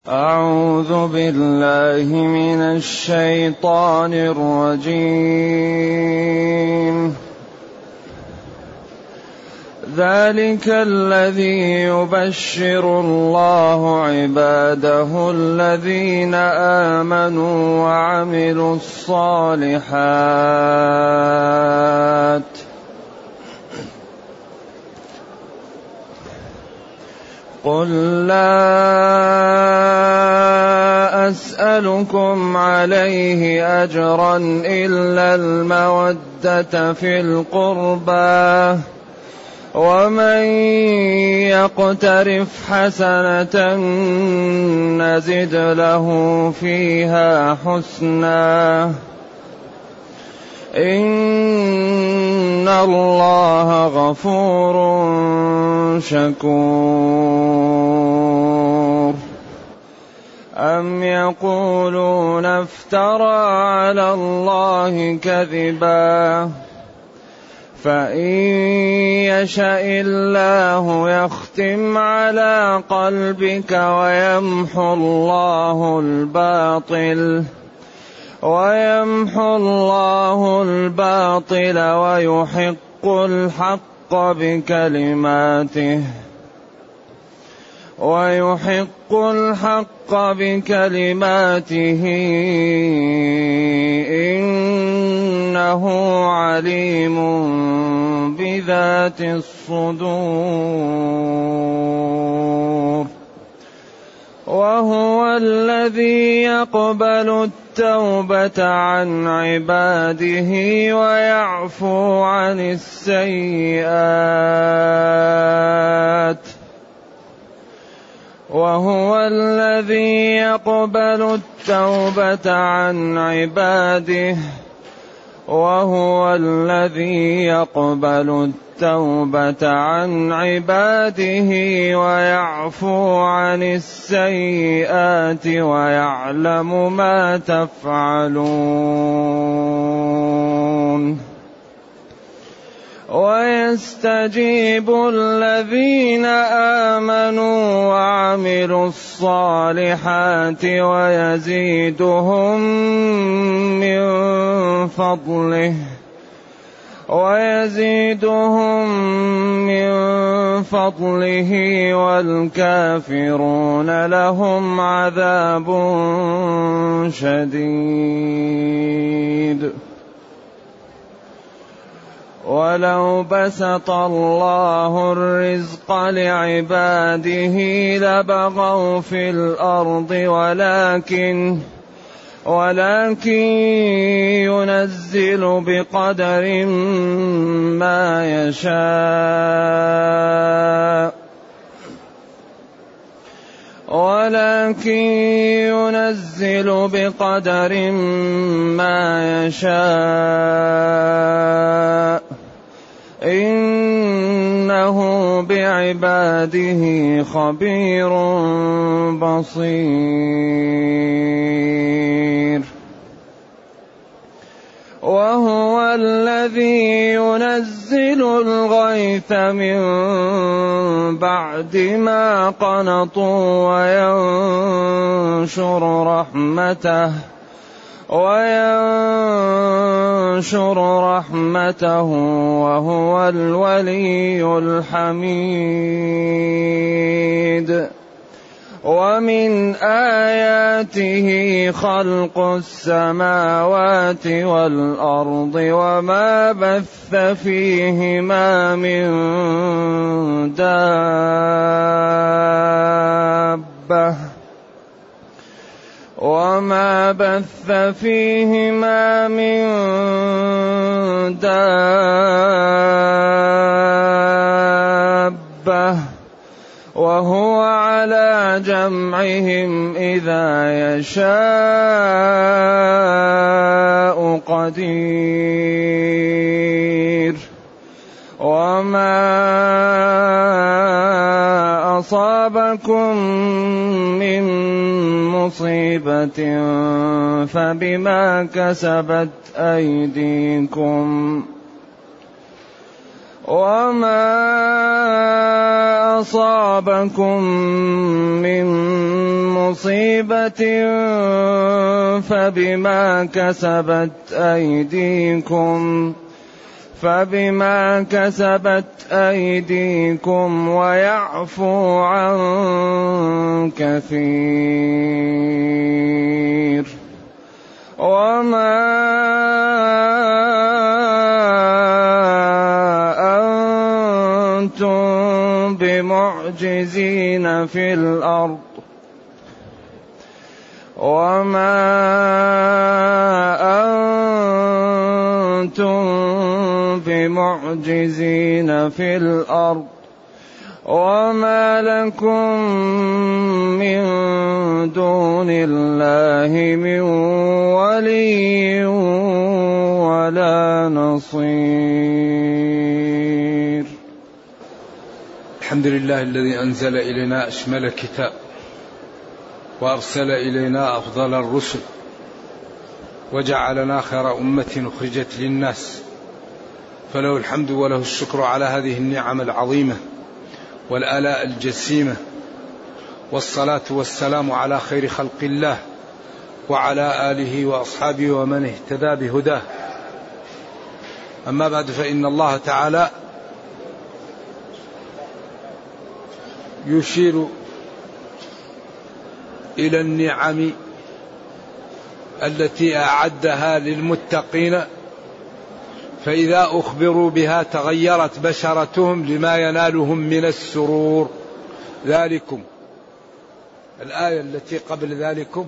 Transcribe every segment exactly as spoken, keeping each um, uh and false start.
أعوذ بالله من الشيطان الرجيم. ذلك الذي يبشر الله عباده الذين آمنوا وعملوا الصالحات قل لا أسألكم عليه أجرا إلا المودة في القربى ومن يقترف حسنة نزد له فيها حسنا إن الله غفور شكور. أم يقولون افترى على الله كذبا فإن يشاء الله يختم على قلبك ويمحو الله الباطل ويمحو الله الباطل ويحق الحق بكلماته ويحق الحق بكلماته إنه عليم بذات الصدور. وهو الذي يقبل التوبة عن عباده ويعفو عن السيئات وهو الذي يقبل التوبة عن عباده وهو الذي يقبل التوبة عن عباده ويعفو عن السيئات ويعلم ما تفعلون. ويستجيب الذين آمنوا وعملوا الصالحات ويزيدهم من فضله ويزيدهم من فضله والكافرون لهم عذاب شديد. ولو بسط الله الرزق لعباده لبغوا في الأرض ولكن ولكن ينزل بقدر ما يشاء ولكن ينزل بقدر ما يشاء إنه بعباده خبير بصير. وهو الذي ينزل الغيث من بعد ما قنطوا وينشر رحمته وينشر رحمته وهو الولي الحميد. ومن آياته خلق السماوات والأرض وما بث فيهما من دابة وما بث فيهما من دابة وهو على جمعهم إذا يشاء قدير. وما أصابكم من مصيبة فبما كسبت أيديكم وما أصابكم من مصيبة فبما كسبت أيديكم فبما كسبت أيديكم ويعفو عن كثير. وما أنتم بمعجزين في الأرض وما أنتم بمعجزين في الأرض وما لكم من دون الله من ولي ولا نصير. الحمد لله الذي أنزل إلينا أشمل كتاب وأرسل إلينا أفضل الرسل وجعلنا خير أمة أخرجت للناس، فله الحمد وله الشكر على هذه النعم العظيمة والآلاء الجسيمة، والصلاة والسلام على خير خلق الله وعلى آله وأصحابه ومن اهتدى بهداه. أما بعد، فإن الله تعالى يشير إلى النعم التي أعدها للمتقين، فإذا أخبروا بها تغيرت بشرتهم لما ينالهم من السرور. ذلكم، الآية التي قبل ذلكم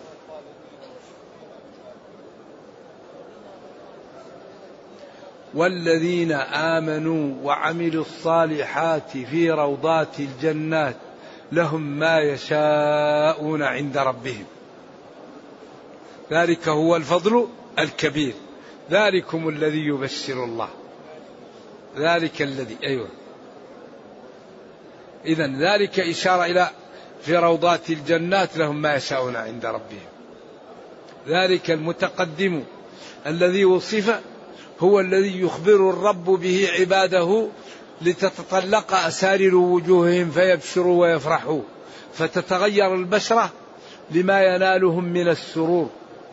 والذين آمنوا وعملوا الصالحات في روضات الجنات لهم ما يشاءون عند ربهم، ذلك هو الفضل الكبير. ذلكم الذي يبشر الله، ذلك الذي أيوة إذن ذلك إشارة إلى في روضات الجنات لهم ما يشاءون عند ربهم. ذلك المتقدم الذي وصف هو الذي يخبر الرب به عباده لتتطلق أسارر وجوههم فيبشروا ويفرحوا، فتتغير البشرة لما ينالهم من السرور.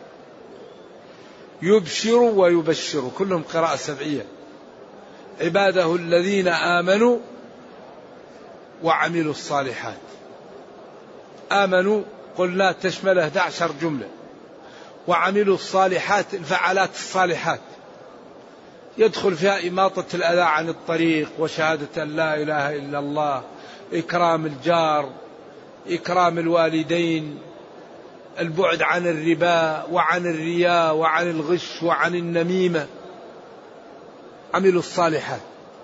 يبشر ويبشر كلهم قراءة سبعية. عباده الذين آمنوا وعملوا الصالحات. آمنوا قلنا تشمل إحدى عشرة جملة، وعملوا الصالحات الفعالات الصالحات يدخل فيها إماطة الأذى عن الطريق وشهادة أن لا إله إلا الله، إكرام الجار، إكرام الوالدين، البعد عن الربا وعن الرياء وعن الغش وعن النميمة. عملوا الصالحات.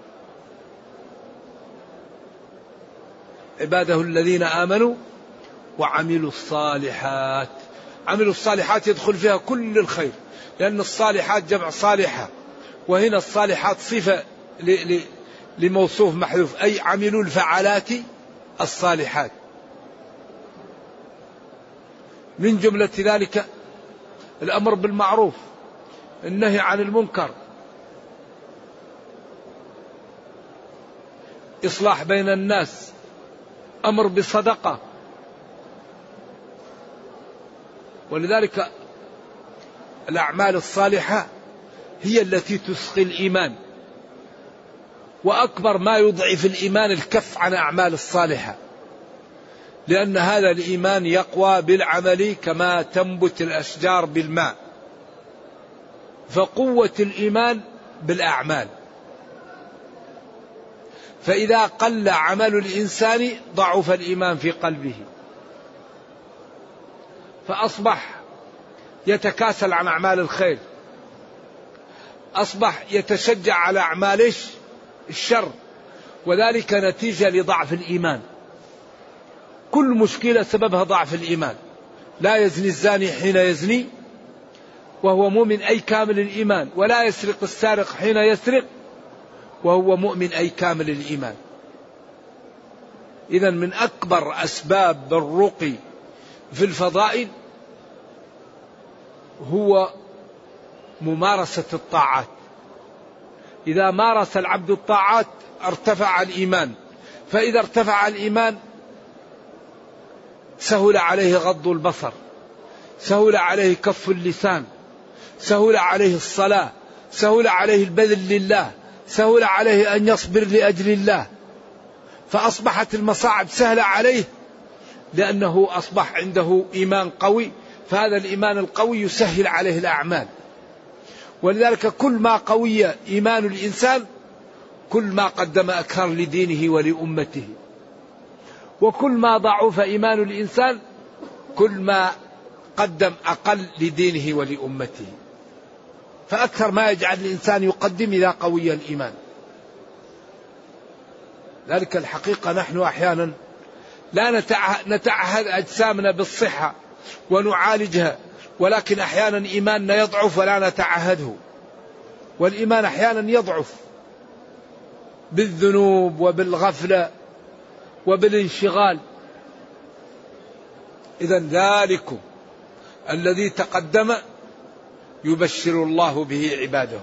عباده الذين آمنوا وعملوا الصالحات. عملوا الصالحات يدخل فيها كل الخير، لأن الصالحات جمع صالحة، وهنا الصالحات صفة لموصوف محذوف، أي عملوا الفعالات الصالحات. من جملة ذلك الأمر بالمعروف، النهي عن المنكر، إصلاح بين الناس، أمر بالصدقة. ولذلك الأعمال الصالحة هي التي تسقي الإيمان، وأكبر ما يضعف الإيمان الكف عن أعمال الصالحة، لأن هذا الإيمان يقوى بالعمل كما تنبت الأشجار بالماء، فقوة الإيمان بالأعمال. فإذا قل عمل الإنسان ضعف الإيمان في قلبه، فأصبح يتكاسل عن أعمال الخير، أصبح يتشجع على أعمال الشر، وذلك نتيجة لضعف الإيمان. كل مشكلة سببها ضعف الإيمان. لا يزني الزاني حين يزني وهو مؤمن أي كامل الإيمان، ولا يسرق السارق حين يسرق وهو مؤمن أي كامل الإيمان. إذن من أكبر أسباب الرقي في الفضائل هو ممارسة الطاعات. إذا مارس العبد الطاعات ارتفع الإيمان، فإذا ارتفع الإيمان سهل عليه غض البصر، سهل عليه كف اللسان، سهل عليه الصلاة، سهل عليه البذل لله، سهل عليه أن يصبر لأجل الله، فأصبحت المصاعب سهلة عليه لأنه أصبح عنده إيمان قوي، فهذا الإيمان القوي يسهل عليه الأعمال. ولذلك كل ما قوي إيمان الإنسان كل ما قدم أكثر لدينه ولأمته، وكل ما ضعف إيمان الإنسان كل ما قدم أقل لدينه ولأمته. فأكثر ما يجعل الإنسان يقدم إذا قوي الإيمان. ذلك الحقيقة نحن أحيانا لا نتعهد أجسامنا بالصحة ونعالجها، ولكن أحيانا إيماننا يضعف ولا نتعهده. والإيمان أحيانا يضعف بالذنوب وبالغفلة وبالانشغال. إذا ذلكم الذي تقدم يبشر الله به عباده.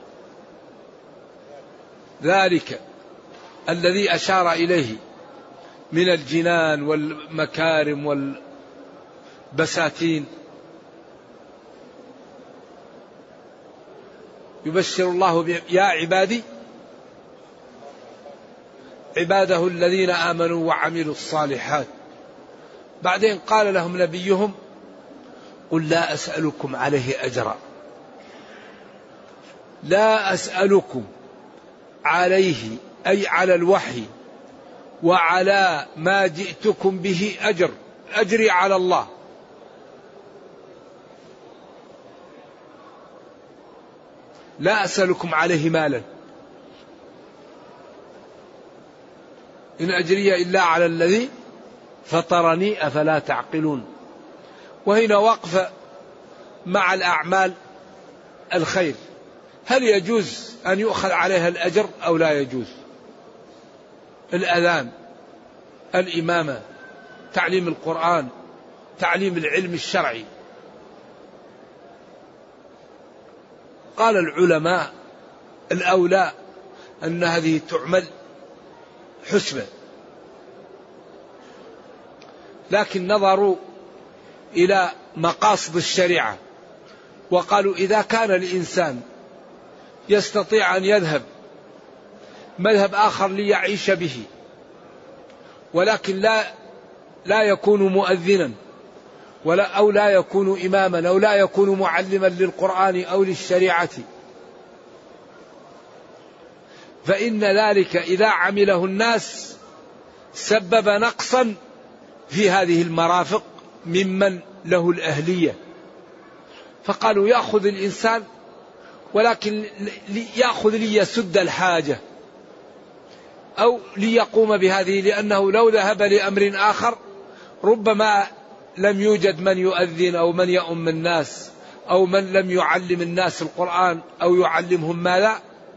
ذلك الذي أشار إليه من الجنان والمكارم والبساتين يبشر الله به يا عبادي عباده الذين آمنوا وعملوا الصالحات. بعدين قال لهم نبيهم قل لا أسألكم عليه أجرا، لا أسألكم عليه أي على الوحي وعلى ما جئتكم به أجر، أجري على الله. لا أسألكم عليه مالا، إن أجري إلا على الذي فطرني أفلا تعقلون. وهنا وقف مع الأعمال الخير، هل يجوز أن يؤخذ عليها الأجر أو لا يجوز؟ الأذان، الإمامة، تعليم القرآن، تعليم العلم الشرعي. قال العلماء الأولى أن هذه تعمل حسبة، لكن نظروا إلى مقاصد الشريعة وقالوا إذا كان الإنسان يستطيع أن يذهب مذهب آخر ليعيش به، ولكن لا لا يكون مؤذنا ولا أو لا يكون إماما أو لا يكون معلما للقرآن أو للشريعة، فإن ذلك إذا عمله الناس سبب نقصا في هذه المرافق ممن له الأهلية. فقالوا يأخذ الإنسان ولكن يأخذ ليسد الحاجة أو ليقوم بهذه، لأنه لو ذهب لأمر آخر ربما لم يوجد من يؤذن أو من يؤم الناس أو من لم يعلم الناس القرآن أو يعلمهم ماذا؟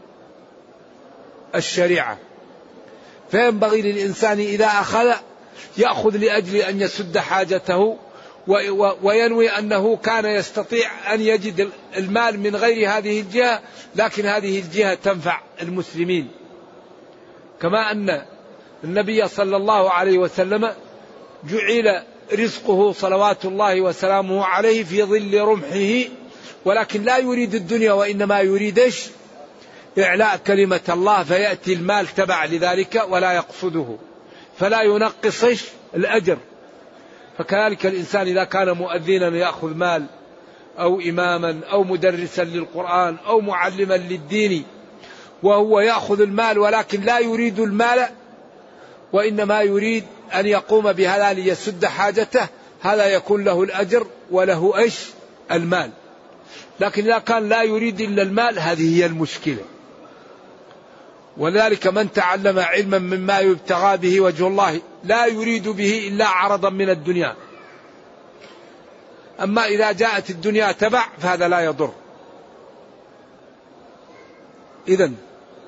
الشريعة. فينبغي للإنسان إذا أخذ يأخذ لأجل أن يسد حاجته وينوي أنه كان يستطيع أن يجد المال من غير هذه الجهة، لكن هذه الجهة تنفع المسلمين. كما أن النبي صلى الله عليه وسلم جعل رزقه صلوات الله وسلامه عليه في ظل رمحه، ولكن لا يريد الدنيا وإنما يريد إيش؟ إعلاء كلمة الله، فيأتي المال تبع لذلك ولا يقصده، فلا ينقص إيش؟ الأجر. فكذلك الإنسان إذا كان مؤذنا يأخذ مال أو إماما أو مدرسا للقرآن أو معلما للدين وهو يأخذ المال ولكن لا يريد المال وإنما يريد أن يقوم بهذا ليسد حاجته، هذا يكون له الأجر وله إيش؟ المال. لكن إذا كان لا يريد إلا المال هذه هي المشكلة. ولذلك من تعلم علما مما يبتغى به وجه الله لا يريد به إلا عرضا من الدنيا. أما إذا جاءت الدنيا تبع فهذا لا يضر. إذن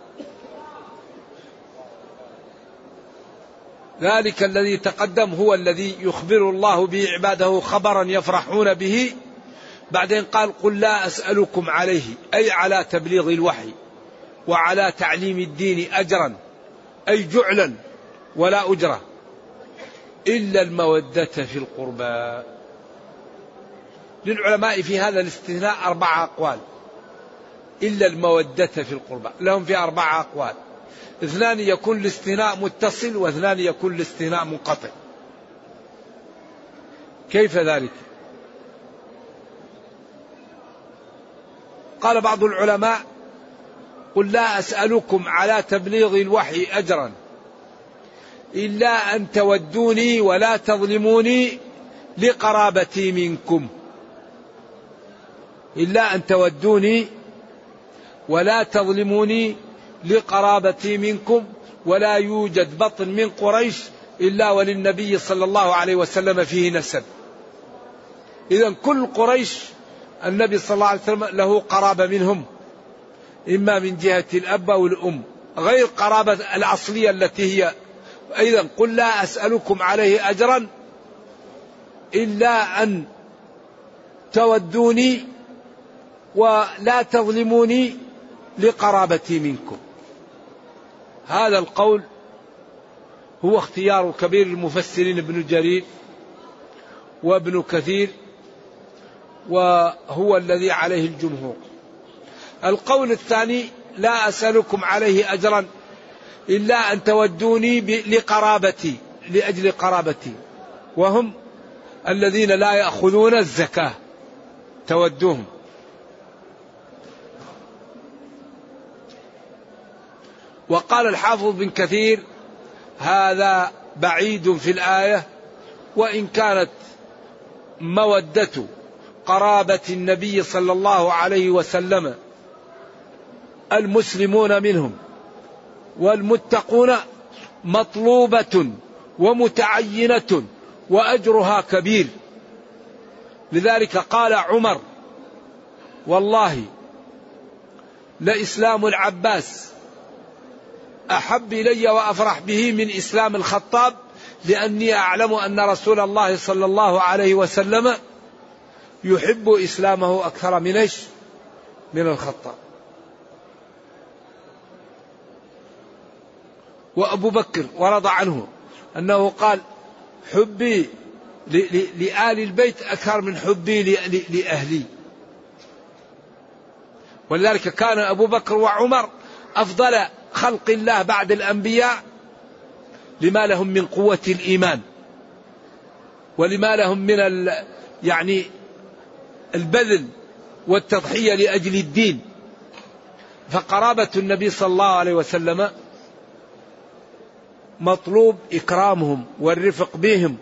ذلك الذي تقدم هو الذي يخبر الله به عباده خبرا يفرحون به. بعدين قال قل لا أسألكم عليه أي على تبليغ الوحي وعلى تعليم الدين أجرا أي جعلا ولا أجرة إلا المودة في القربى. للعلماء في هذا الاستثناء أربعة أقوال. إلا المودة في القربى لهم في أربعة أقوال، اثنان يكون الاستثناء متصل واثنان يكون الاستثناء منقطع. كيف ذلك؟ قال بعض العلماء قل لا أسألكم على تبليغ الوحي أجرا إلا أن تودوني ولا تظلموني لقرابتي منكم. إلا أن تودوني ولا تظلموني لقرابتي منكم، ولا يوجد بطن من قريش إلا وللنبي صلى الله عليه وسلم فيه نسب. إذن كل قريش النبي صلى الله عليه وسلم له قرابة منهم، إما من جهة الأب أو الأم، غير قرابة الأصلية التي هي. إذن قل لا أسألكم عليه أجرا إلا أن تودوني ولا تظلموني لقرابتي منكم. هذا القول هو اختيار كبير المفسرين ابن جرير وابن كثير، وهو الذي عليه الجمهور. القول الثاني لا أسألكم عليه أجرا إلا أن تودوني لقرابتي، لأجل قرابتي، وهم الذين لا يأخذون الزكاة، تودوهم. وقال الحافظ بن كثير هذا بعيد في الآية، وإن كانت مودة قرابة النبي صلى الله عليه وسلم المسلمون منهم والمتقون مطلوبة ومتعينة وأجرها كبير. لذلك قال عمر والله لإسلام العباس أحب إلي وأفرح به من إسلام الخطاب، لأني أعلم أن رسول الله صلى الله عليه وسلم يحب إسلامه أكثر من إيش؟ من الخطاب. وأبو بكر ورضى عنه أنه قال حبي لآل البيت أكثر من حبي لأهلي. ولذلك كان أبو بكر وعمر أفضل خلق الله بعد الأنبياء لما لهم من قوة الإيمان، ولما لهم من يعني البذل والتضحية لأجل الدين. فقرابة النبي صلى الله عليه وسلم مطلوب إكرامهم والرفق بهم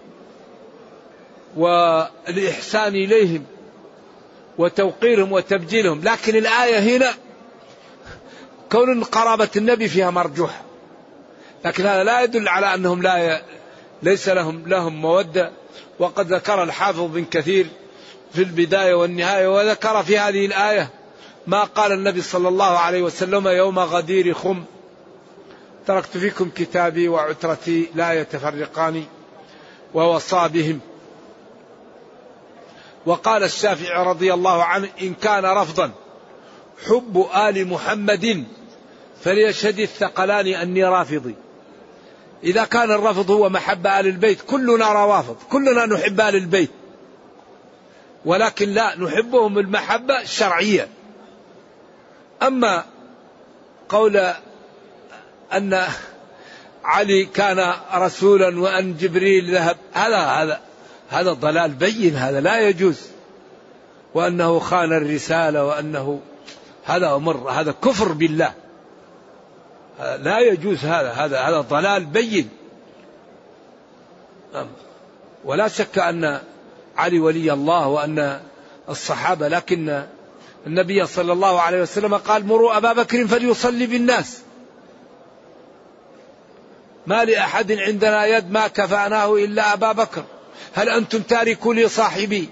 والإحسان إليهم وتوقيرهم وتبجيلهم. لكن الآية هنا كون قرابة النبي فيها مرجوح، لكن هذا لا يدل على أنهم لا ي... ليس لهم لهم مودة. وقد ذكر الحافظ بن كثير في البداية والنهاية وذكر في هذه الآية ما قال النبي صلى الله عليه وسلم يوم غدير خم تركت فيكم كتابي وعترتي لا يتفرقان، ووصى بهم. وقال الشافعي رضي الله عنه إن كان رفضا حب آل محمد فليشهد الثقلان أني رافضي. إذا كان الرفض هو محب آل البيت كلنا روافض، كلنا نحب آل البيت، ولكن لا نحبهم المحبة الشرعية. أما قول أن علي كان رسولا وأن جبريل ذهب، هذا هذا هذا ضلال بين، هذا لا يجوز. وأنه خان الرسالة وأنه هذا أمر، هذا كفر بالله، لا يجوز. هذا هذا هذا ضلال بين. ولا شك أن علي ولي الله وأن الصحابة، لكن النبي صلى الله عليه وسلم قال مروا أبا بكر فليصلي بالناس، ما لأحد عندنا يد ما كفأناه إلا أبا بكر، هل أنتم تاركوا لي صاحبي؟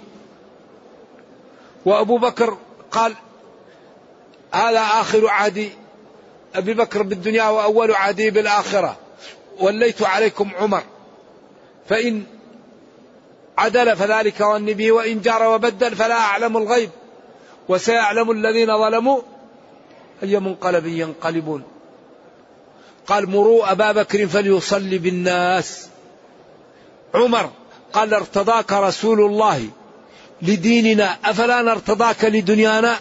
وأبو بكر قال هذا آخر عهد أبي بكر بالدنيا وأول عهدي بالآخرة، وليت عليكم عمر فإن عدل فذلك والنبي، وإن جار وبدل فلا أعلم الغيب، وسيعلم الذين ظلموا أي منقلب ينقلبون. قال مروا أبا بكر فليصلي بالناس. عمر قال ارتضاك رسول الله لديننا أفلا نرتضاك لدنيانا؟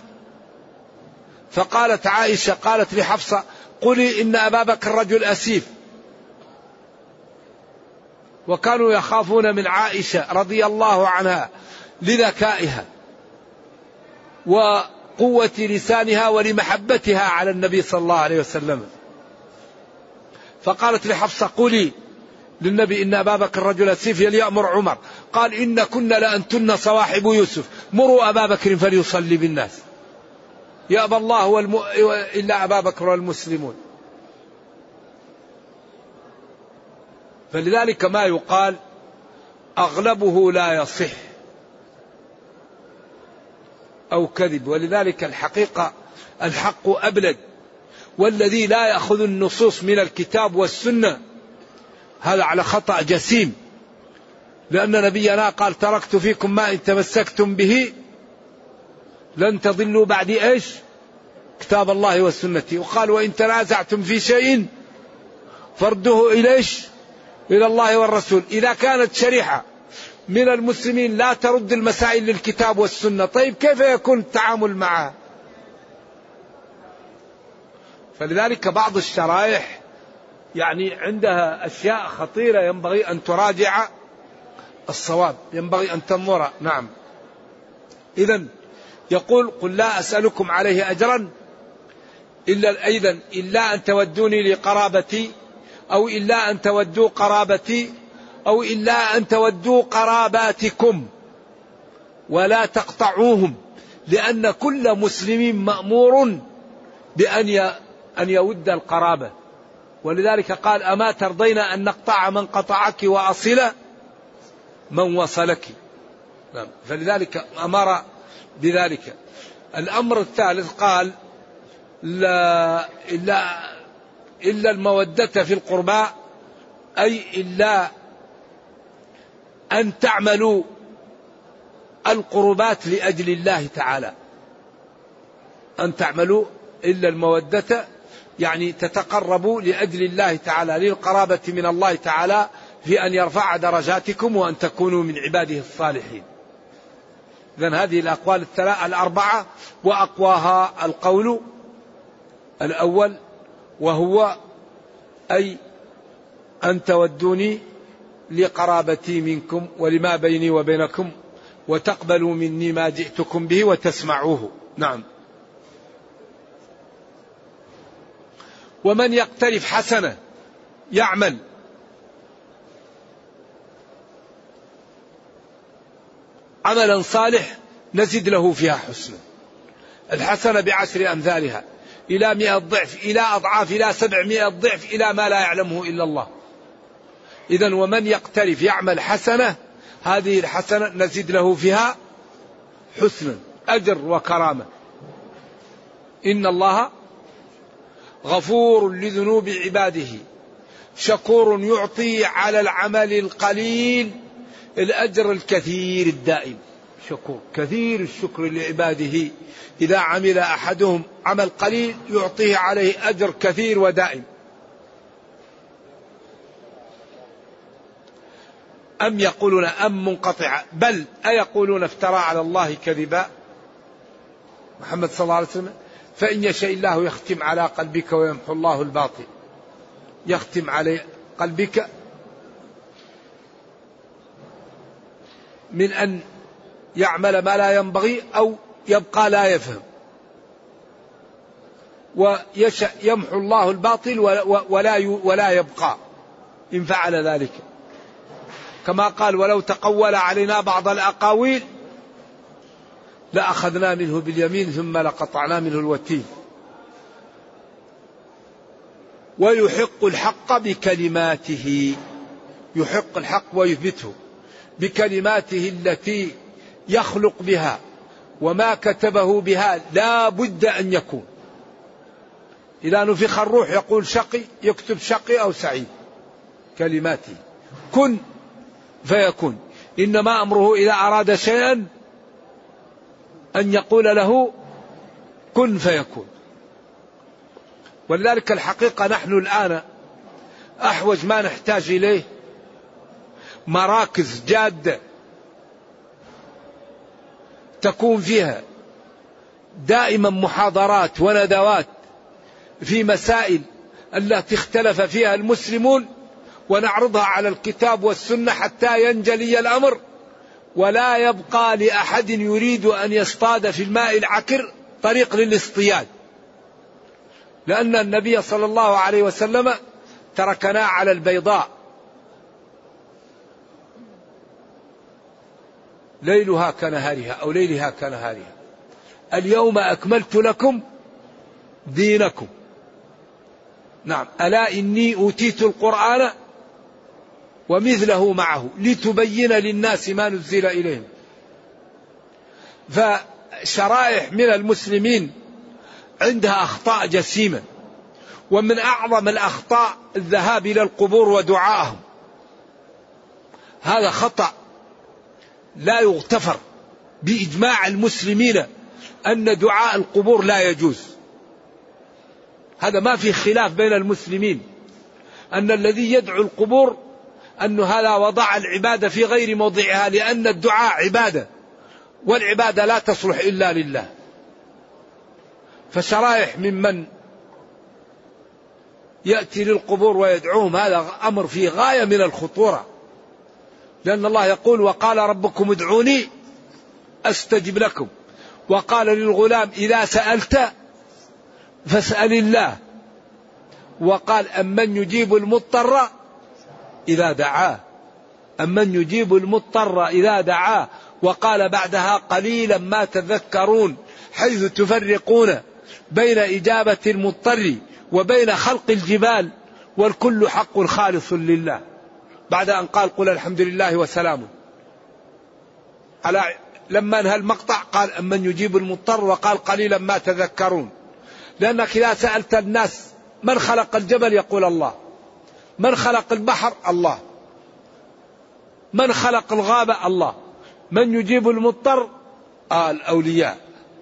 فقالت عائشة قالت لحفصة قولي إن أبا بكر رجل أسيف. وكانوا يخافون من عائشة رضي الله عنها لذكائها وقوة لسانها ولمحبتها على النبي صلى الله عليه وسلم. فقالت لحفصة قولي للنبي إن أبا بكر رجل أسيف يأمر عمر. قال إن كنا لأنتن صواحب يوسف مروا أبا بكر فليصلي بالناس. يأبى الله والم... إلا أبا بكر والمسلمون. فلذلك ما يقال أغلبه لا يصح أو كذب. ولذلك الحقيقة الحق أبلد. والذي لا يأخذ النصوص من الكتاب والسنة هذا على خطأ جسيم. لأن نبينا قال تركت فيكم ما إن تمسكتم به لن تضلوا بعد إيش؟ كتاب الله وسنتي. وقال وإن تنازعتم في شيء فردوه إليش؟ إلى الله والرسول. إذا كانت شريحة من المسلمين لا ترد المسائل للكتاب والسنة، طيب كيف يكون التعامل معها؟ فلذلك بعض الشرائح يعني عندها أشياء خطيرة ينبغي أن تراجع الصواب، ينبغي أن تنظر. نعم. إذن يقول قل لا أسألكم عليه أجرا إلا أيضا إلا أن تودوني لقرابتي أو إلا أن تودوا قرابتي أو إلا أن تودوا قراباتكم ولا تقطعوهم، لأن كل مسلم مأمور بأن أن يود القرابة. ولذلك قال أما ترضين أن نقطع من قطعك وأصل من وصلك. نعم. فلذلك أمر بذلك. الأمر الثالث قال لا إلا إلا المودة في القربى، أي إلا أن تعملوا القربات لأجل الله تعالى. أن تعملوا إلا المودة يعني تتقربوا لأجل الله تعالى، للقرابة من الله تعالى في أن يرفع درجاتكم وأن تكونوا من عباده الصالحين. إذن هذه الأقوال الثلاثة الأربعة وأقواها القول الأول وهو أي أن تودوني لقرابتي منكم ولما بيني وبينكم وتقبلوا مني ما جئتكم به وتسمعوه. نعم. ومن يقترف حسنة يعمل عملا صالح نزد له فيها حسنا. الحسنة بعشر أمثالها إلى مئة ضعف إلى أضعاف إلى سبعمائة ضعف إلى ما لا يعلمه إلا الله. إذن ومن يقترف يعمل حسنة هذه الحسنة نزد له فيها حسنا أجر وكرامة. إن الله غفور لذنوب عباده شكور يعطي على العمل القليل الأجر الكثير الدائم. شكور كثير الشكر لعباده، إذا عمل أحدهم عمل قليل يعطيه عليه أجر كثير ودائم. أم يقولون أم منقطعة بل أيقولون افترى على الله كذبا. محمد صلى الله عليه وسلم فإن يشاء الله يختم على قلبك ويمحو الله الباطل. يختم على قلبك من أن يعمل ما لا ينبغي أو يبقى لا يفهم، ويشاء يمحو الله الباطل ولا ولا يبقى إن فعل ذلك. كما قال ولو تقول علينا بعض الأقاويل لأخذنا منه باليمين ثم لقطعنا منه الوتين. ويحق الحق بكلماته، يحق الحق ويثبته بكلماته التي يخلق بها وما كتبه بها لا بد أن يكون. إذا نفخ الروح يقول شقي يكتب شقي أو سعيد. كلماته كن فيكون. إنما أمره إذا أراد شيئا أن يقول له كن فيكون. ولذلك الحقيقة نحن الآن أحوج ما نحتاج إليه مراكز جادة تكون فيها دائما محاضرات وندوات في مسائل التي اختلف فيها المسلمون، ونعرضها على الكتاب والسنة حتى ينجلي الأمر، ولا يبقى لأحد يريد أن يصطاد في الماء العكر طريق للاصطياد، لأن النبي صلى الله عليه وسلم تركنا على البيضاء ليلها كنهارها أو ليلها كنهارها. اليوم أكملت لكم دينكم. نعم، ألا إني أوتيت القرآن ومثله معه لتبين للناس ما نزل إليهم. فشرائح من المسلمين عندها أخطاء جسيمة، ومن أعظم الأخطاء الذهاب إلى القبور ودعائهم. هذا خطأ لا يغتفر بإجماع المسلمين أن دعاء القبور لا يجوز. هذا ما في خلاف بين المسلمين أن الذي يدعو القبور أن هذا وضع العبادة في غير موضعها، لأن الدعاء عبادة، والعبادة لا تصلح إلا لله. فشرائح ممن يأتي للقبور ويدعوهم هذا أمر فيه غاية من الخطورة، لأن الله يقول وقال ربكم ادعوني أستجب لكم، وقال للغلام إذا سألت فاسأل الله، وقال أمن يجيب المضطر إذا دعاه، أمن يجيب المضطر إذا دعاه، وقال بعدها قليلا ما تذكرون حيث تفرقون بين إجابة المضطر وبين خلق الجبال والكل حق خالص لله، بعد أن قال قل الحمد لله وسلام. على لما انهى المقطع قال أمن يجيب المضطر وقال قليلا ما تذكرون، لأنك إذا سألت الناس من خلق الجبل يقول الله، من خلق البحر الله، من خلق الغابة الله، من يجيب المضطر آه الأولياء.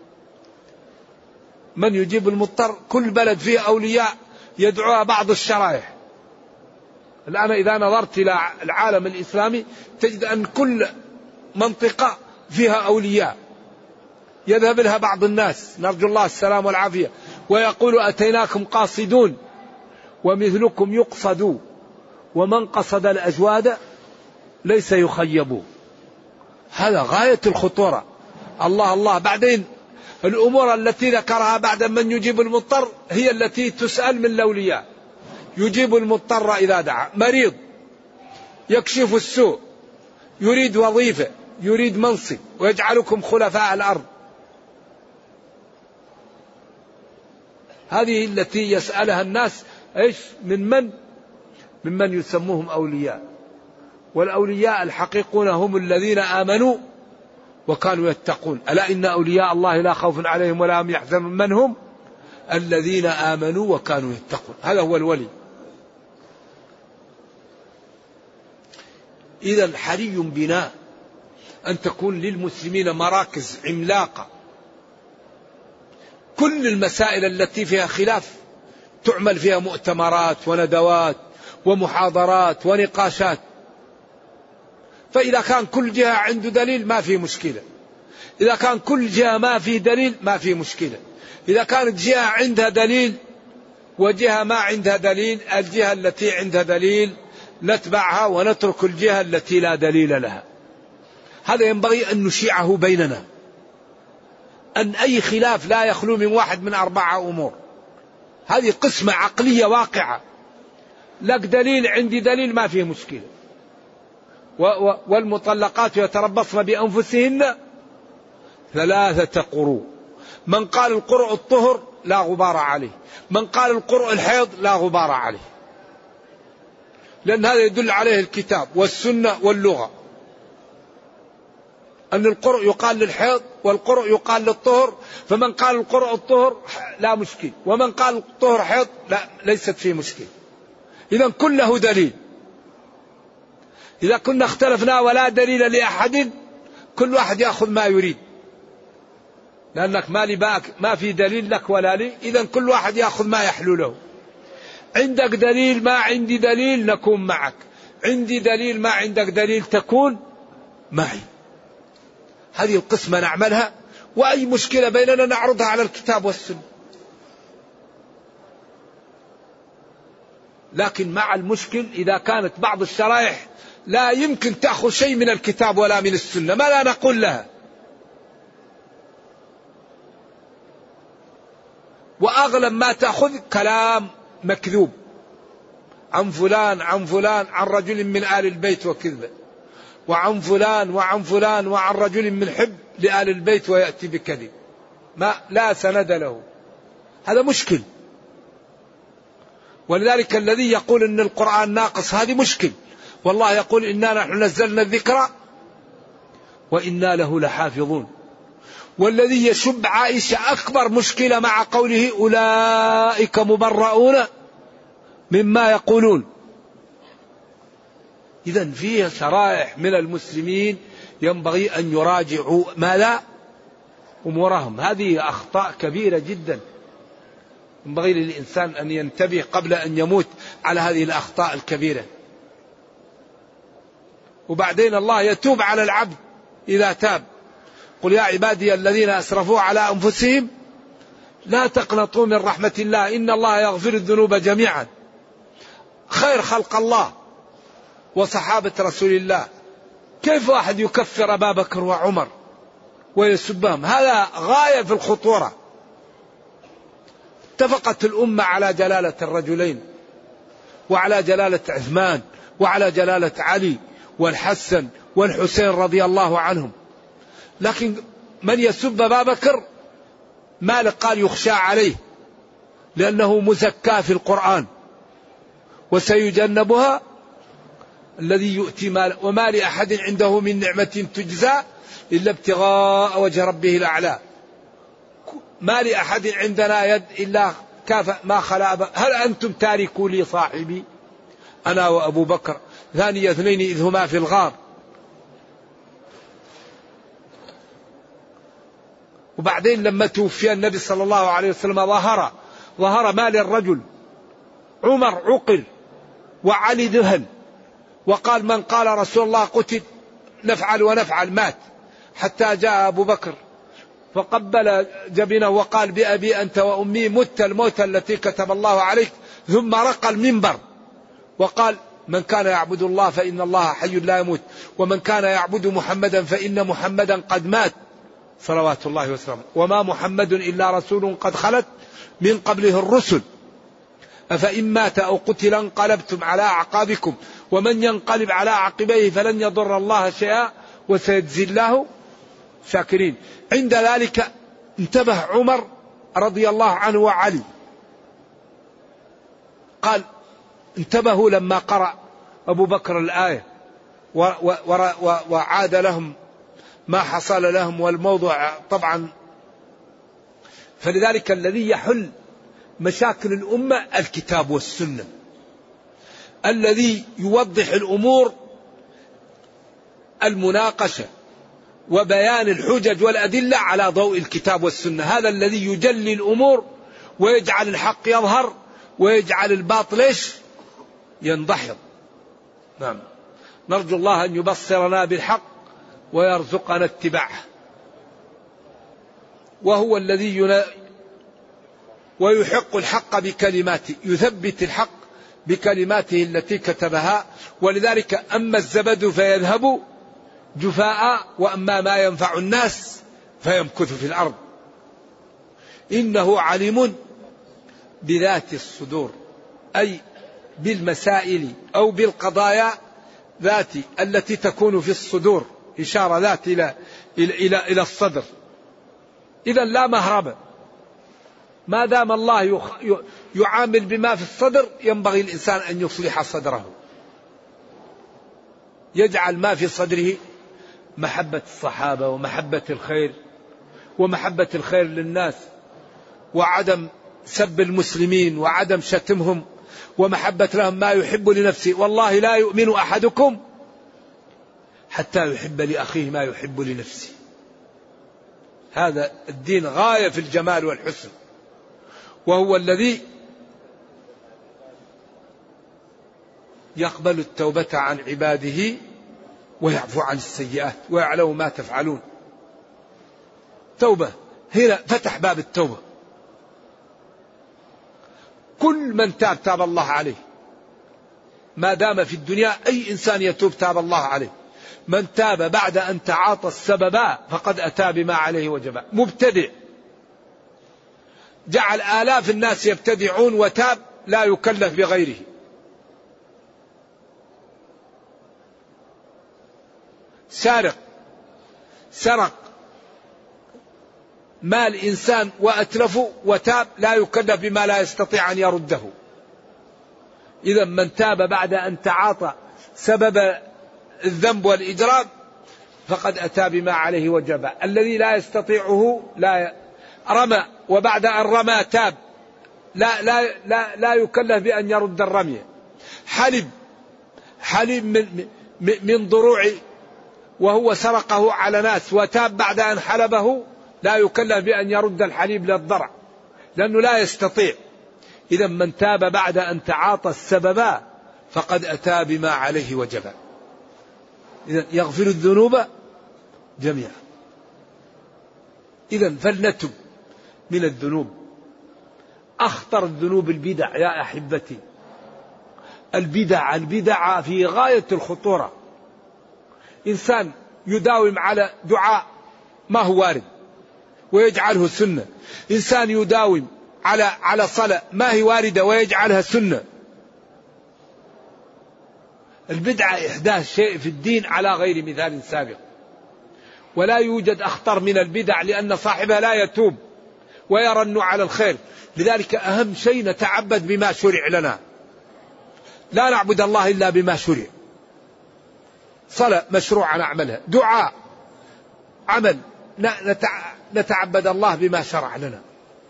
من يجيب المضطر كل بلد فيه أولياء يدعوها بعض الشرائح. الآن إذا نظرت إلى العالم الإسلامي تجد أن كل منطقة فيها أولياء يذهب لها بعض الناس، نرجو الله السلام والعافية، ويقول أتيناكم قاصدون ومثلكم يقصد، ومن قصد الأجواد ليس يخيب. هذا غاية الخطورة. الله الله. بعدين الأمور التي ذكرها بعد من يجيب المضطر هي التي تسأل من الأولياء. يجيب المضطر إذا دعا، مريض يكشف السوء، يريد وظيفة، يريد منصب، ويجعلكم خلفاء الأرض. هذه التي يسألها الناس إيش من من ممن يسموهم أولياء. والأولياء الحقيقون هم الذين آمنوا وكانوا يتقون. ألا إن أولياء الله لا خوف عليهم ولا هم يحزنون من هم الذين آمنوا وكانوا يتقون. هذا هو الولي. إذا حري بنا أن تكون للمسلمين مراكز عملاقة، كل المسائل التي فيها خلاف تعمل فيها مؤتمرات وندوات ومحاضرات ونقاشات. فإذا كان كل جهة عنده دليل ما في مشكلة، إذا كان كل جهة ما في دليل ما في مشكلة. إذا كانت جهة عندها دليل وجهة ما عندها دليل، الجهة التي عندها دليل نتبعها ونترك الجهة التي لا دليل لها. هذا ينبغي أن نشيعه بيننا، أن أي خلاف لا يخلو من واحد من أربعة أمور. هذه قسمة عقلية واقعة، لك دليل عندي دليل ما فيه مشكلة. والمطلقات يتربصن بأنفسهن ثلاثة قروء. من قال القرء الطهر لا غبار عليه، من قال القرء الحيض لا غبار عليه، لأن هذا يدل عليه الكتاب والسنة واللغة، أن القرء يقال للحيض والقرء يقال للطهر. فمن قال القرء الطهر لا مشكل، ومن قال الطهر حيض لا ليست فيه مشكلة. إذا كله دليل. إذا كنا اختلفنا ولا دليل لأحد كل واحد يأخذ ما يريد. لأنك ما لي باك ما في دليل لك ولا لي، إذا كل واحد يأخذ ما يحلو له. عندك دليل ما عندي دليل نكون معك، عندي دليل ما عندك دليل تكون معي. هذه القسمة نعملها، وأي مشكلة بيننا نعرضها على الكتاب والسنة. لكن مع المشكل إذا كانت بعض الشرائح لا يمكن تأخذ شيء من الكتاب ولا من السنة، ما لا نقول لها؟ وأغلب ما تأخذ كلام مكذوب عن فلان عن فلان عن رجل من آل البيت وكذبه، وعن فلان وعن فلان وعن رجل من حب لآل البيت ويأتي بكذب ما لا سند له. هذا مشكل. ولذلك الذي يقول إن القرآن ناقص هذه مشكل. والله يقول إنا نحن نزلنا الذكر وإنا له لحافظون. والذي يشب عائشة أكبر مشكلة مع قوله أولئك مبرؤون مما يقولون. إذن فيه شرائح من المسلمين ينبغي أن يراجعوا ما لا أمورهم. هذه أخطاء كبيرة جدا، ينبغي للإنسان أن ينتبه قبل أن يموت على هذه الأخطاء الكبيرة. وبعدين الله يتوب على العبد إذا تاب. قل يا عبادي الذين أسرفوا على أنفسهم لا تقنطوا من رحمة الله إن الله يغفر الذنوب جميعا. خير خلق الله وصحابة رسول الله، كيف واحد يكفر أبا بكر وعمر ويسبهم؟ هذا غاية في الخطورة. اتفقت الأمة على جلالة الرجلين وعلى جلالة عثمان وعلى جلالة علي والحسن والحسين رضي الله عنهم، لكن من يسب أبا بكر مالك قال يخشى عليه لأنه مزكى في القرآن وسيجنبها الذي يؤتي مال وما لأحد عنده من نعمة تجزى إلا ابتغاء وجه ربه الأعلى. ما لأحد عندنا يد إلا كاف ما خلا أبا. هل أنتم تاركوا لي صاحبي أنا وأبو بكر ثاني اثنين إذ هما في الغار. وبعدين لما توفي النبي صلى الله عليه وسلم ظهر ظهر مال الرجل. عمر عقل وعلي ذهل وقال من قال رسول الله قتل نفعل ونفعل، مات. حتى جاء أبو بكر فقبل جبينه وقال بأبي أنت وأمي مت الموت التي كتب الله عليك، ثم رقى المنبر وقال من كان يعبد الله فإن الله حي لا يموت، ومن كان يعبد محمدا فإن محمدا قد مات صلوات الله وسلامه، وما محمد إلا رسول قد خلت من قبله الرسل، أفإن مات أو قتل انقلبتم على أعقابكم ومن ينقلب على عقبيه فلن يضر الله شيئا وسيجزي الله شاكرين. عند ذلك انتبه عمر رضي الله عنه وعلي، قال انتبهوا لما قرأ أبو بكر الآية وعاد لهم ما حصل لهم والموضوع طبعا. فلذلك الذي يحل مشاكل الأمة الكتاب والسنة، الذي يوضح الأمور المناقشة وبيان الحجج والأدلة على ضوء الكتاب والسنة. هذا الذي يجلي الأمور ويجعل الحق يظهر ويجعل الباطل ايش؟ يندحض. نعم، نرجو الله أن يبصرنا بالحق ويرزقنا اتباعه. وهو الذي ين... ويحق الحق بكلماته، يثبت الحق بكلماته التي كتبها. ولذلك أما الزبد فيذهب جفاء وأما ما ينفع الناس فيمكث في الأرض. إنه عليم بذات الصدور، أي بالمسائل أو بالقضايا ذات التي تكون في الصدور، إشارة ذات إلى إلى إلى الصدر. إذا لا مهرب، ما دام الله يعامل بما في الصدر ينبغي الإنسان أن يصلح صدره، يجعل ما في صدره محبة الصحابة ومحبة الخير ومحبة الخير للناس وعدم سب المسلمين وعدم شتمهم ومحبة لهم ما يحب لنفسه. والله لا يؤمن أحدكم حتى يحب لأخيه ما يحب لنفسه. هذا الدين غاية في الجمال والحسن، وهو الذي يقبل التوبة عن عباده ويعفو عن السيئات ويعلم ما تفعلون. توبة، هنا فتح باب التوبة. كل من تاب تاب الله عليه، ما دام في الدنيا أي إنسان يتوب تاب الله عليه. من تاب بعد أن تعاطى السبب فقد أتى بما عليه وجب. مبتدع جعل آلاف الناس يبتدعون وتاب لا يكلف بغيره. سارق سرق مال إنسان وأتلفه وتاب لا يكلف بما لا يستطيع أن يرده. إذا من تاب بعد أن تعاطى سبب الذنب والإجرام فقد أتى بما عليه وجب. الذي لا يستطيعه لا رمى وبعد أن رمى تاب لا لا لا لا يكلف بأن يرد الرمي. حلب حلب من من ضروع وهو سرقه على ناس وتاب بعد أن حلبه لا يكلف بأن يرد الحليب للضرع لأنه لا يستطيع. إذا من تاب بعد أن تعاطى السبب فقد أتى بما عليه وجب. إذا يغفر الذنوب جميعا. إذا فلنتب من الذنوب. أخطر الذنوب البدع يا أحبتي. البدع البدع في غاية الخطورة. إنسان يداوم على دعاء ما هو وارد ويجعله سنة. إنسان يداوم على على صلاة ما هي واردة ويجعلها سنة. البدعة إحداث شيء في الدين على غير مثال سابق، ولا يوجد أخطر من البدع لأن صاحبها لا يتوب ويرى أنه على الخير. لذلك أهم شيء نتعبد بما شرع لنا، لا نعبد الله إلا بما شرع. صلاة مشروع نعملها، دعاء عمل نتعبد الله بما شرع لنا،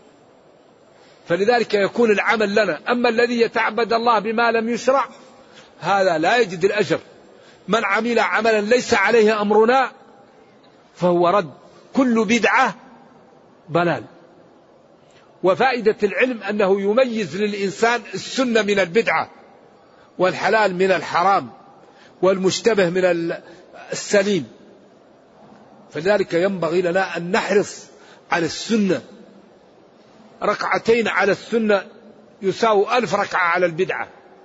فلذلك يكون العمل لنا. أما الذي يتعبد الله بما لم يشرع هذا لا يجد الأجر. من عمل عملا ليس عليه أمرنا فهو رد. كل بدعة ضلال. وفائدة العلم أنه يميز للإنسان السنة من البدعة والحلال من الحرام والمشتبه من السليم. فلذلك ينبغي لنا أن نحرص على السنة. ركعتين على السنة يساوي ألف ركعة على البدعة.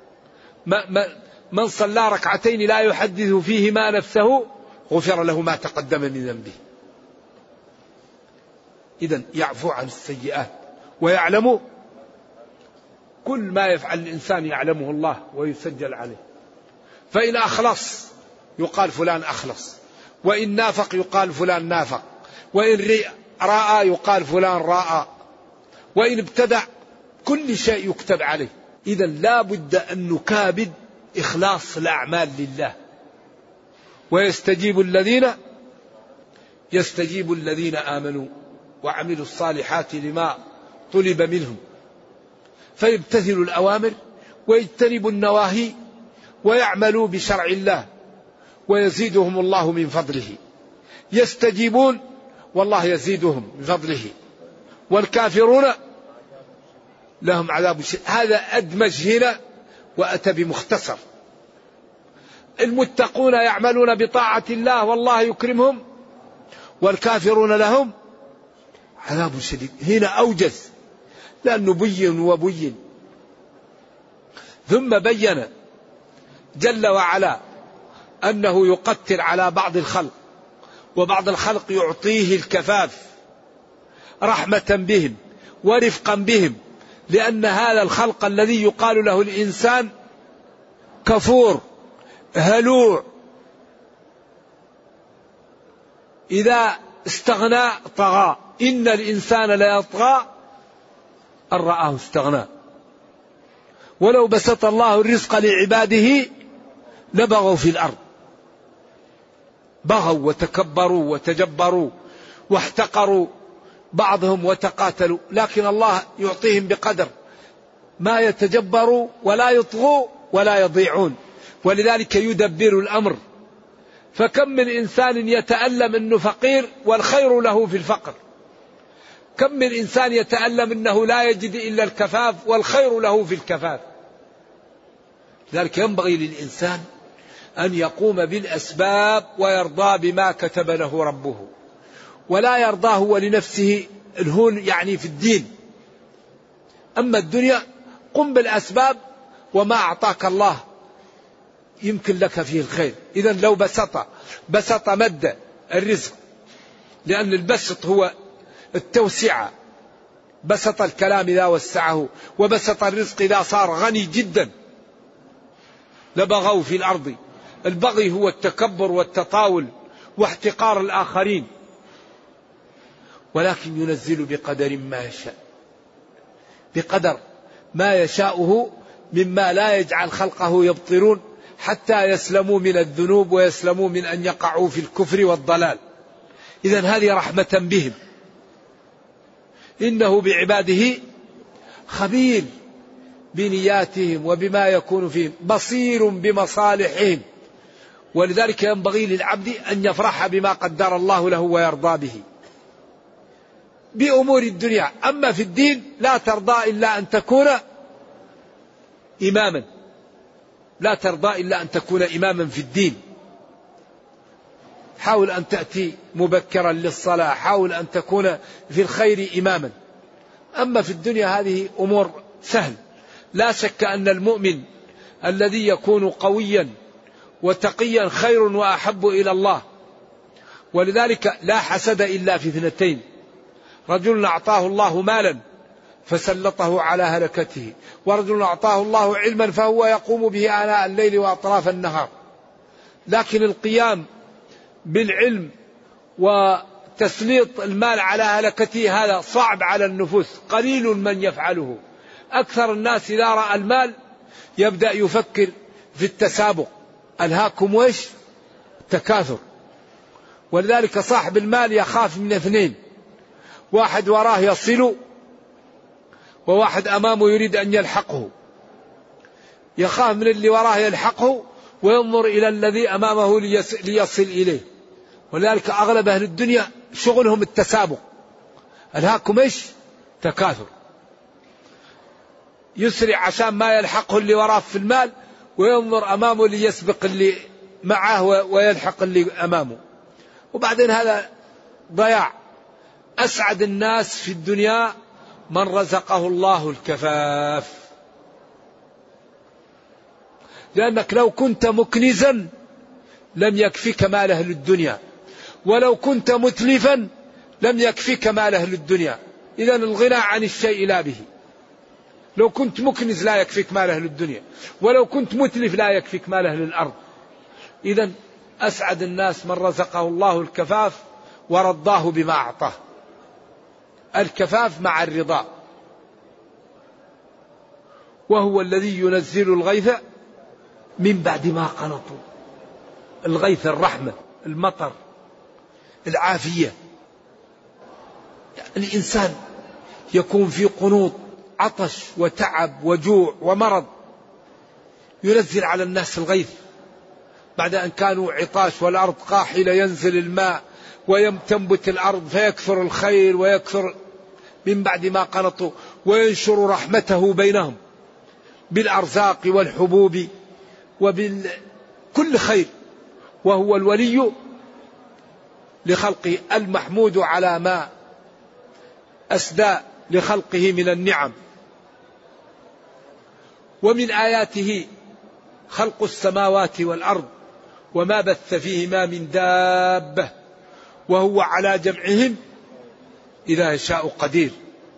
من صلى ركعتين لا يحدث فيهما نفسه غفر له ما تقدم من ذنبه. إذن يعفو عن السيئات ويعلم كل ما يفعل الإنسان يعلمه الله ويسجل عليه. فإن أخلص يقال فلان أخلص، وإن نافق يقال فلان نافق، وإن رأى يقال فلان رأى، وإن ابتدع كل شيء يكتب عليه. إذا لا بد أن نكابد إخلاص الأعمال لله. ويستجيب الذين يستجيب الذين آمنوا وعملوا الصالحات لما طلب منهم فيمتثلوا الأوامر ويجتنبوا النواهي ويعملوا بشرع الله ويزيدهم الله من فضله. يستجيبون والله يزيدهم من فضله، والكافرون لهم عذاب شديد. هذا أدمج هنا وأتى بمختصر. المتقون يعملون بطاعة الله والله يكرمهم، والكافرون لهم عذاب شديد. هنا أوجز لأنه بين وبين. ثم بين جل وعلا أنه يقتل على بعض الخلق، وبعض الخلق يعطيه الكفاف رحمة بهم ورفقا بهم، لأن هذا الخلق الذي يقال له الإنسان كفور هلوع إذا استغنى طغى. إن الإنسان لا يطغى أن رآه استغنى. ولو بسط الله الرزق لعباده لبغوا في الأرض. بغوا وتكبروا وتجبروا واحتقروا بعضهم وتقاتلوا، لكن الله يعطيهم بقدر ما يتجبروا ولا يطغوا ولا يضيعون. ولذلك يدبر الأمر فكم من إنسان يتألم أنه فقير والخير له في الفقر، كم من إنسان يتألم أنه لا يجد إلا الكفاف والخير له في الكفاف. لذلك ينبغي للإنسان أن يقوم بالأسباب ويرضى بما كتب له ربه، ولا يرضى هو لنفسه الهون يعني في الدين. أما الدنيا قم بالأسباب، وما أعطاك الله يمكن لك فيه الخير. إذا لو بسط بسط مد الرزق، لأن البسط هو التوسعة، بسط الكلام إذا وسعه، وبسط الرزق إذا صار غني جدا لبغوا في الأرض. البغي هو التكبر والتطاول واحتقار الآخرين، ولكن ينزل بقدر ما يشاء، بقدر ما يشاءه مما لا يجعل خلقه يبطلون حتى يسلموا من الذنوب ويسلموا من أن يقعوا في الكفر والضلال. إذن هذه رحمة بهم، إنه بعباده خبير بنياتهم وبما يكون فيهم، بصير بمصالحهم. ولذلك ينبغي للعبد أن يفرح بما قدر الله له ويرضى به بأمور الدنيا. أما في الدين لا ترضى إلا أن تكون إماما، لا ترضى إلا أن تكون إماما في الدين. حاول أن تأتي مبكرا للصلاة، حاول أن تكون في الخير إماما. أما في الدنيا هذه أمور سهل. لا شك أن المؤمن الذي يكون قويا وتقيا خير وأحب إلى الله. ولذلك لا حسد إلا في اثنتين: رجل أعطاه الله مالا فسلطه على هلكته، ورجل أعطاه الله علما فهو يقوم به آناء الليل وأطراف النهار. لكن القيام بالعلم وتسليط المال على هلكته هذا صعب على النفوس، قليل من يفعله. أكثر الناس إذا رأى المال يبدأ يفكر في التسابق، ألهاكم ويش تكاثر. ولذلك صاحب المال يخاف من اثنين: واحد وراه يصل، وواحد أمامه يريد أن يلحقه. يخاف من اللي وراه يلحقه وينظر إلى الذي أمامه ليصل إليه. ولذلك أغلب أهل الدنيا شغلهم التسابق، ألهاكم إيش تكاثر، يسرع عشان ما يلحقه اللي وراه في المال، وينظر أمامه ليسبق اللي معه ويلحق اللي أمامه. وبعدين هذا ضياع. أسعد الناس في الدنيا من رزقه الله الكفاف، لأنك لو كنت مكنزا لم يكفيك مال أهل الدنيا، ولو كنت متلفا لم يكفيك مال أهل الدنيا. إذن الغنى عن الشيء لا به. لو كنت مكنز لا يكفيك مال أهل الدنيا، ولو كنت متلف لا يكفيك مال أهل الأرض. إذن أسعد الناس من رزقه الله الكفاف ورضاه بما أعطاه. الكفاف مع الرضا. وهو الذي ينزل الغيث من بعد ما قنطوا. الغيث الرحمة، المطر، العافية. يعني الإنسان يكون في قنوط، عطش وتعب وجوع ومرض، ينزل على الناس الغيث بعد أن كانوا عطاش والأرض قاحلة، ينزل الماء وينبت الأرض فيكثر الخير ويكثر من بعد ما قنطوا، وينشر رحمته بينهم بالأرزاق والحبوب وبكل خير. وهو الولي لخلقه المحمود على ما أسدى لخلقه من النعم. ومن آياته خلق السماوات والأرض وما بث فيهما من دابة وهو على جمعهم إذا يشاء قدير.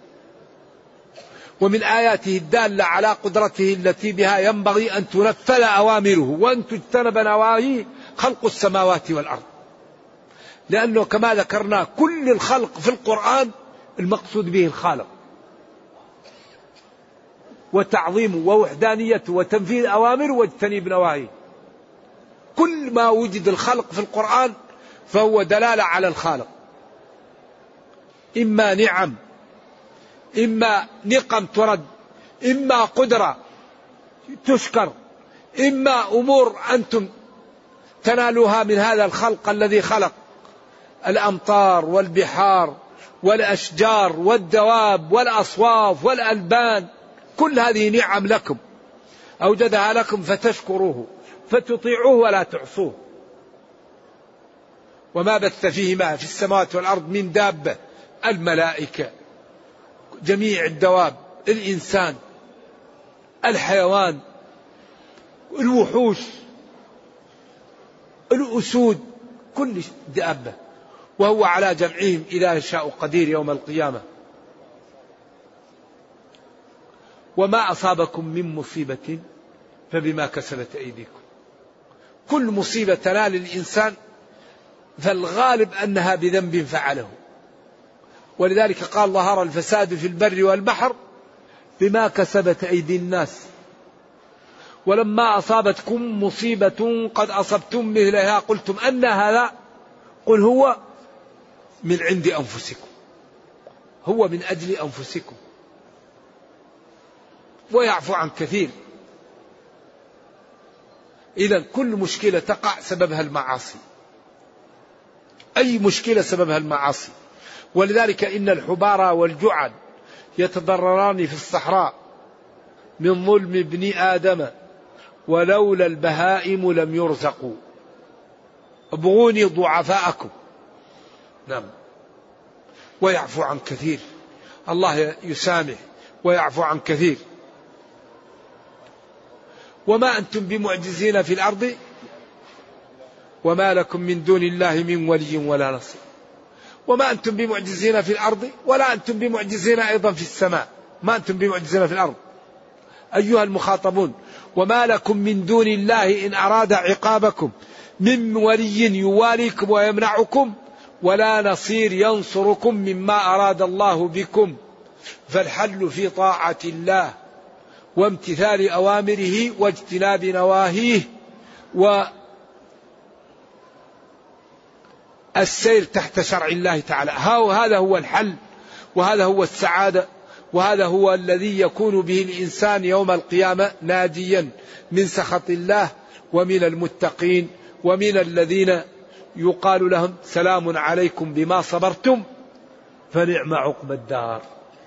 ومن آياته الدالة على قدرته التي بها ينبغي أن تنفذ أوامره وأن تجتنب نواهيه خلق السماوات والأرض. لأنه كما ذكرنا كل الخلق في القرآن المقصود به الخالق، وتعظيمه ووحدانيته وتنفيذ أوامره واجتناب نواهيه. كل ما وجد الخلق في القرآن فهو دلالة على الخالق، إما نعم، إما نقم ترد، إما قدرة تشكر، إما أمور أنتم تنالها من هذا الخلق الذي خلق الأمطار والبحار والأشجار والدواب والأصواف والألبان، كل هذه نعم لكم أوجدها لكم فتشكروه فتطيعوه ولا تعصوه. وما بث فيهما في السماوات والأرض من دابة، الملائكة، جميع الدواب، الإنسان، الحيوان، الوحوش، الأسود، كل دابة، وهو على جمعهم إذا يشاء قدير يوم القيامة. وما أصابكم من مصيبة فبما كسبت أيديكم. كل مصيبة تنال الإنسان فالغالب أنها بذنب فعله، ولذلك قال ظهر الفساد في البر والبحر بما كسبت أيدي الناس. ولما أصابتكم مصيبة قد أصبتم مثلها قلتم أن هذا، قل هو من عند أنفسكم، هو من أجل أنفسكم، ويعفو عن كثير. إذا كل مشكلة تقع سببها المعاصي، أي مشكلة سببها المعاصي. ولذلك إن الحبارى والجعل يتضرران في الصحراء من ظلم ابن آدم ولولا البهائم لم يرزقوا. ابغوني ضعفاءكم. نعم. ويعفو عن كثير، الله يسامح ويعفو عن كثير. وما أنتم بمعجزين في الأرض وما لكم من دون الله من ولي ولا نصير. وما أنتم بمعجزين في الأرض ولا أنتم بمعجزين أيضا في السماء، ما أنتم بمعجزين في الأرض أيها المخاطبون. وما لكم من دون الله إن أراد عقابكم من ولي يواليكم ويمنعكم ولا نصير ينصركم مما أراد الله بكم. فالحل في طاعة الله وامتثال أوامره واجتناب نواهيه والسير تحت شرع الله تعالى. هذا هو الحل، وهذا هو السعادة، وهذا هو الذي يكون به الإنسان يوم القيامة ناجيا من سخط الله ومن المتقين ومن الذين يقال لهم سلام عليكم بما صبرتم فنعم عقبى الدار.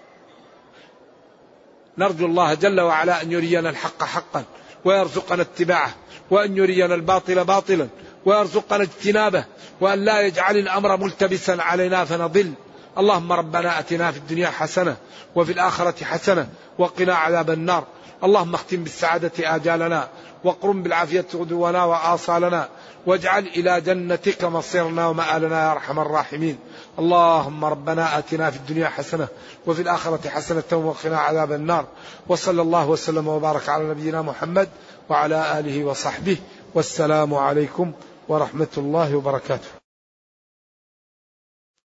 نرجو الله جل وعلا أن يرينا الحق حقا ويرزقنا اتباعه، وأن يرينا الباطل باطلا ويرزقنا اجتنابه، وأن لا يجعل الأمر ملتبسا علينا فنضل. اللهم ربنا أتنا في الدنيا حسنة وفي الآخرة حسنة وقنا عذاب النار. اللهم اختم بالسعادة آجالنا واقرم بالعافية غدونا وآصالنا، واجعل إلى جنتك مصيرنا ومآلنا يا أرحم الراحمين. اللهم ربنا آتنا في الدنيا حسنة وفي الآخرة حسنة وقنا عذاب النار. وصلى الله وسلم وبارك على نبينا محمد وعلى آله وصحبه، والسلام عليكم ورحمة الله وبركاته.